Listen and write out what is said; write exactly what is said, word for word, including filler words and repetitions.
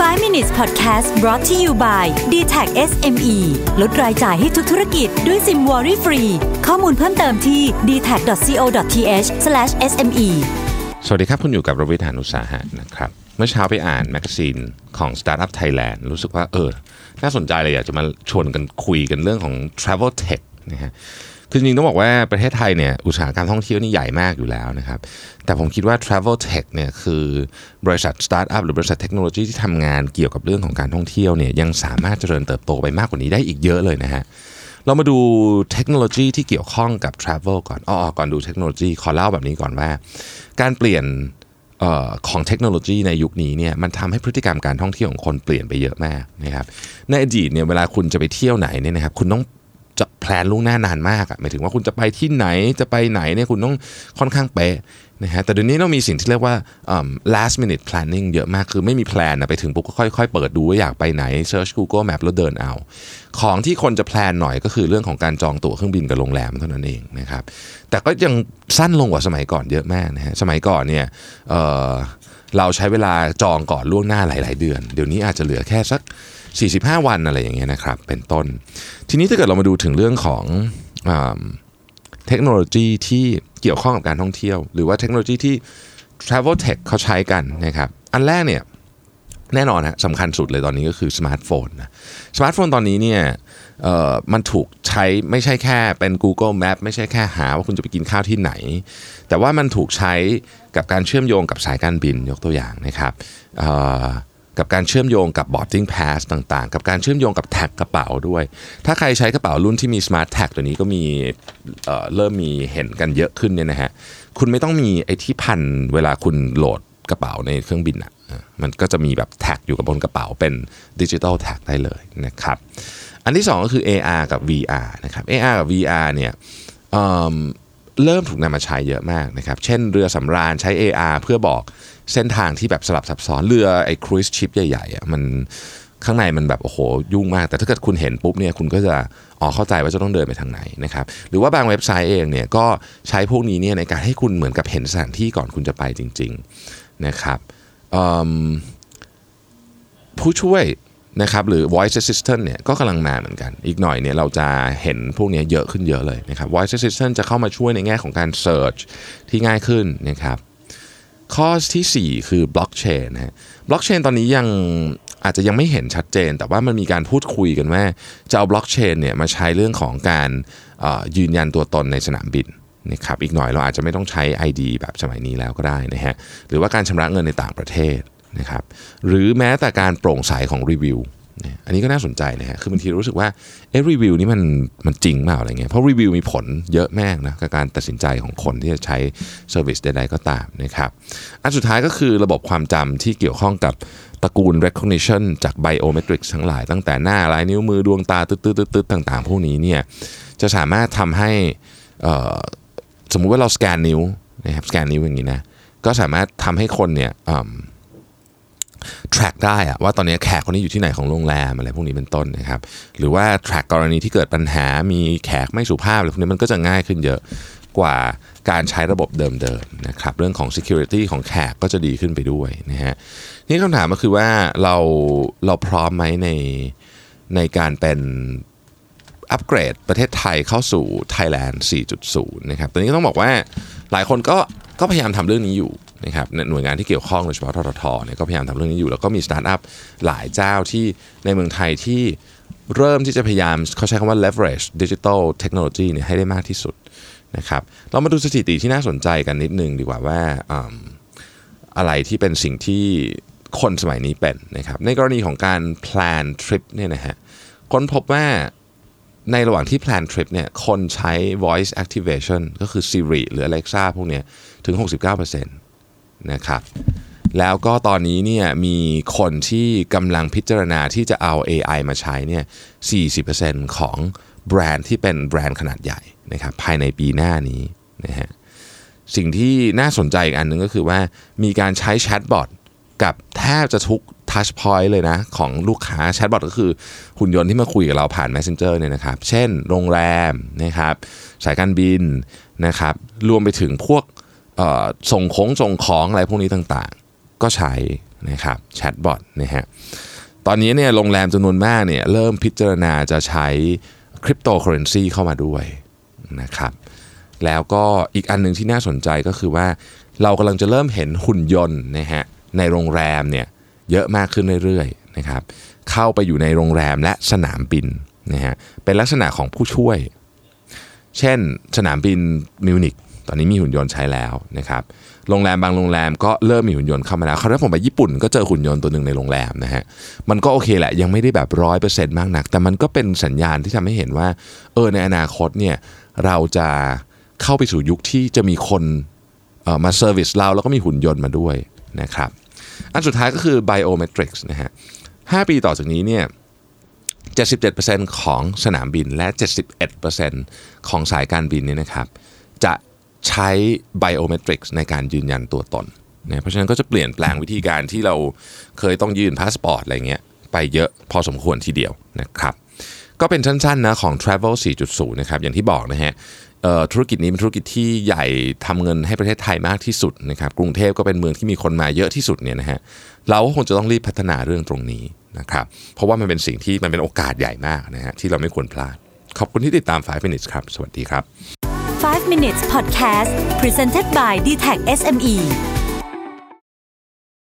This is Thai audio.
ไฟว์ minutes podcast brought to you by ดี แท็ก เอส เอ็ม อี ลดรายจ่ายให้ทุกธุรกิจด้วยซิมวอรี่ฟรีข้อมูลเพิ่มเติมที่ ดี แท็ก ดอท ซี โอ ดอท ที เอช สแลช เอส เอ็ม อีสวัสดีครับคุณอยู่กับรวิทย์ หาญอุตสาหะนะครับเมื่อเช้าไปอ่านแมกกาซีนของ Startup Thailand รู้สึกว่าเออน่าสนใจเลยอยากจะมาชวนกันคุยกันเรื่องของ Travel Tech นะฮะคือจริงๆต้องบอกว่าประเทศไทยเนี่ยอุตสาหกรรมท่องเที่ยวนี่ใหญ่มากอยู่แล้วนะครับแต่ผมคิดว่า Travel Tech เนี่ยคือบริษัท Startup หรือบริษัทเทคโนโลยีที่ทำงานเกี่ยวกับเรื่องของการท่องเที่ยวเนี่ยยังสามารถเจริญเติบโตไปมากกว่านี้ได้อีกเยอะเลยนะฮะเรามาดูเทคโนโลยีที่เกี่ยวข้องกับ Travel ก่อนอ้อก่อนดูเทคโนโลยีขอเล่าแบบนี้ก่อนว่าการเปลี่ยนเอ่อของเทคโนโลยีในยุคนี้เนี่ยมันทำให้พฤติกรรมการท่องเที่ยวของคนเปลี่ยนไปเยอะมากนะครับในอดีตเนี่ยเวลาคุณจะไปเที่ยวไหนเนี่ยนะครับคุณต้องจะแพลนล่วงหน้านานมากอ่ะหมายถึงว่าคุณจะไปที่ไหนจะไปไหนเนี่ยคุณต้องค่อนข้างเป๊ะนะฮะแต่เดี๋ยวนี้เรามีสิ่งที่เรียกว่า um, last minute planning เยอะมากคือไม่มีแพลนนะไปถึงปุ๊บก็ค่อยๆเปิดดูว่าอยากไปไหน search Google Map แล้วเดินเอาของที่คนจะแพลนหน่อยก็คือเรื่องของการจองตั๋วเครื่องบินกับโรงแรมเท่านั้นเองนะครับแต่ก็ยังสั้นลงกว่าสมัยก่อนเยอะมากนะฮะสมัยก่อนเนี่ยเอ่อเราใช้เวลาจองก่อนล่วงหน้าหลายๆเดือนเดี๋ยวนี้อาจจะเหลือแค่สักสี่สิบห้าวันอะไรอย่างเงี้ยนะครับเป็นต้นทีนี้ถ้าเกิดเรามาดูถึงเรื่องของอ่าเทคโนโลยีที่เกี่ยวข้องกับการท่องเที่ยวหรือว่าเทคโนโลยีที่ Travel Tech เขาใช้กันนะครับอันแรกเนี่ยแน่นอนฮะสำคัญสุดเลยตอนนี้ก็คือสมาร์ทโฟนนะสมาร์ทโฟนตอนนี้เนี่ยเอ่อมันถูกใช้ไม่ใช่แค่เป็น Google Map ไม่ใช่แค่หาว่าคุณจะไปกินข้าวที่ไหนแต่ว่ามันถูกใช้กับการเชื่อมโยงกับสายการบินยกตัวอย่างนะครับเอ่อกับการเชื่อมโยงกับ boarding pass ต่างๆกับการเชื่อมโยงกับแท็กกระเป๋าด้วยถ้าใครใช้กระเป๋ารุ่นที่มี smart tag ตัวนี้ก็มีเอ่อเริ่มมีเห็นกันเยอะขึ้นเนี่ยนะฮะคุณไม่ต้องมีไอ้ที่พันเวลาคุณโหลดกระเป๋าในเครื่องบินอ่ะมันก็จะมีแบบแท็กอยู่กับบนกระเป๋าเป็นดิจิทัลแท็กได้เลยนะครับอันที่สองก็คือ เอ อาร์ กับ วี อาร์ นะครับ เอ อาร์ กับ วี อาร์ เนี่ย เอ่อ เริ่มถูกนำมาใช้เยอะมากนะครับเช่นเรือสำราญใช้ เอ อาร์ เพื่อบอกเส้นทางที่แบบสลับซับซ้อนเรือไอ้ครูซชิพใหญ่ๆอ่ะมันข้างในมันแบบโอ้โหยุ่งมากแต่ถ้าเกิดคุณเห็นปุ๊บเนี่ยคุณก็จะอ๋อเข้าใจว่าจะต้องเดินไปทางไหนนะครับหรือว่าบางเว็บไซต์เองเนี่ยก็ใช้พวกนี้เนี่ยในการให้คุณเหมือนกับเห็นสถานที่ก่อนคุณจะไปจริงๆนะครับผู้ช่วยนะครับหรือ voice assistant เนี่ยก็กำลังมาเหมือนกันอีกหน่อยเนี่ยเราจะเห็นพวกนี้เยอะขึ้นเยอะเลยนะครับ voice assistant จะเข้ามาช่วยในแง่ของการ search ที่ง่ายขึ้นนะครับข้อที่สี่คือ blockchain นะฮะ blockchain ตอนนี้ยังอาจจะยังไม่เห็นชัดเจนแต่ว่ามันมีการพูดคุยกันว่าจะเอา blockchain เนี่ยมาใช้เรื่องของการยืนยันตัวตนในสนามบินนะครับอีกหน่อยเราอาจจะไม่ต้องใช้ ไอ ดี แบบสมัยนี้แล้วก็ได้นะฮะหรือว่าการชำระเงินในต่างประเทศนะครับหรือแม้แต่การโปร่งใสของรีวิวอันนี้ก็น่าสนใจนะฮะคือบางทีรู้สึกว่าเอ๊ะรีวิวนี่มันมันจริงเปล่าอะไรเงี้ยเพราะรีวิวมีผลเยอะมากนะกับการตัดสินใจของคนที่จะใช้เซอร์วิสใดๆก็ตามนะครับอันสุดท้ายก็คือระบบความจำที่เกี่ยวข้องกับตระกูล recognition จาก biometrics ทั้งหลายตั้งแต่หน้าลายนิ้วมือดวงตาตึ๊ดๆๆต่างๆพวกนี้เนี่ยจะสามารถทำให้สมมุติว่าเราสแกนนิ้วนะครับสแกนนิ้วอย่างนี้นะก็สามารถทำให้คนเนี่ยtrack ได้อะว่าตอนนี้แขกคนนี้อยู่ที่ไหนของโรงแรมอะไรพวกนี้เป็นต้นนะครับหรือว่า track กรณีที่เกิดปัญหามีแขกไม่สุภาพอะไรพวกนี้มันก็จะง่ายขึ้นเยอะกว่าการใช้ระบบเดิมๆนะครับเรื่องของ security ของแขกก็จะดีขึ้นไปด้วยนะฮะนี่คำถามก็คือว่าเราเราพร้อมไหมในในการเป็นอัปเกรดประเทศไทยเข้าสู่ Thailand สี่จุดศูนย์ นะครับตอนนี้ก็ต้องบอกว่าหลายคนก็ก็พยายามทำเรื่องนี้อยู่นะครับหน่วยงานที่เกี่ยวข้องโดยเฉพาะทททเนี่ยก็พยายามทำเรื่องนี้อยู่แล้วก็มีสตาร์ทอัพหลายเจ้าที่ในเมืองไทยที่เริ่มที่จะพยายามเขาใช้คำว่า leverage digital technology เนี่ยให้ได้มากที่สุดนะครับเรามาดูสถิติที่น่าสนใจกันนิดนึงดีกว่าว่าอะไรที่เป็นสิ่งที่คนสมัยนี้เป็นนะครับในกรณีของการ plan trip เนี่ยนะฮะค้นพบว่าในระหว่างที่ plan trip เนี่ยคนใช้ voice activation ก็คือ Siri หรือ Alexa พวกเนี้ยถึง หกสิบเก้าเปอร์เซ็นต์ นะครับแล้วก็ตอนนี้เนี่ยมีคนที่กำลังพิจารณาที่จะเอา เอ ไอ มาใช้เนี่ย สี่สิบเปอร์เซ็นต์ ของแบรนด์ที่เป็นแบรนด์ขนาดใหญ่นะครับภายในปีหน้านี้นะฮะสิ่งที่น่าสนใจอีกอันนึงก็คือว่ามีการใช้แชทบอทกับแทบจะทุก touch point เลยนะของลูกค้าแชทบอทก็คือหุ่นยนต์ที่มาคุยกับเราผ่าน Messenger เนี่ยนะครับเช่นโรงแรมนะครับสายการบินนะครับรวมไปถึงพวกส่งของส่งของอะไรพวกนี้ต่างๆก็ใช้นะครับแชทบอทนะฮะตอนนี้เนี่ยโรงแรมจำนวนมากเนี่ยเริ่มพิจารณาจะใช้คริปโตเคอเรนซีเข้ามาด้วยนะครับแล้วก็อีกอันนึงที่น่าสนใจก็คือว่าเรากำลังจะเริ่มเห็นหุ่นยนต์นะฮะในโรงแรมเนี่ยเยอะมากขึ้นเรื่อยๆนะครับเข้าไปอยู่ในโรงแรมและสนามบินนะฮะเป็นลักษณะของผู้ช่วยเช่นสนามบินมิวนิกตอนนี้มีหุ่นยนต์ใช้แล้วนะครับโรงแรมบางโรงแรมก็เริ่มมีหุ่นยนต์เข้ามาแล้วคราวนี้ผมไปญี่ปุ่นก็เจอหุ่นยนต์ตัวหนึ่งในโรงแรมนะฮะมันก็โอเคแหละยังไม่ได้แบบร้อยเปอร์เซ็นต์มากนักแต่มันก็เป็นสัญญาณที่ทำให้เห็นว่าเออในอนาคตเนี่ยเราจะเข้าไปสู่ยุคที่จะมีคนเอ่อมาเซอร์วิสเราแล้วก็มีหุ่นยนต์มาด้วยนะครับอันสุดท้ายก็คือ biometrics นะฮะห้าปีต่อจากนี้เนี่ยเจ็ดสิบเจ็ดเปอร์เซ็นต์ ของสนามบินและ เจ็ดสิบเอ็ดเปอร์เซ็นต์ ของสายการบินเนี่ยนะครับจะใช้ biometrics ในการยืนยันตัวตนนะเพราะฉะนั้นก็จะเปลี่ยนแปลงวิธีการที่เราเคยต้องยื่นพาสปอร์ตอะไรเงี้ยไปเยอะพอสมควรทีเดียวนะครับก็เป็นสั้นๆนะของ Travel สี่จุดศูนย์ นะครับอย่างที่บอกนะฮะธุรกิจนี้เป็นธุรกิจที่ใหญ่ทำเงินให้ประเทศไทยมากที่สุดนะครับกรุงเทพก็เป็นเมืองที่มีคนมาเยอะที่สุดเนี่ยนะฮะเราก็คงจะต้องรีบพัฒนาเรื่องตรงนี้นะครับเพราะว่ามันเป็นสิ่งที่มันเป็นโอกาสใหญ่มากนะฮะที่เราไม่ควรพลาดขอบคุณที่ติดตามไฟว์ minutes ครับสวัสดีครับไฟว์ minutes podcast presented by ดี ที เอ ซี เอส เอ็ม อี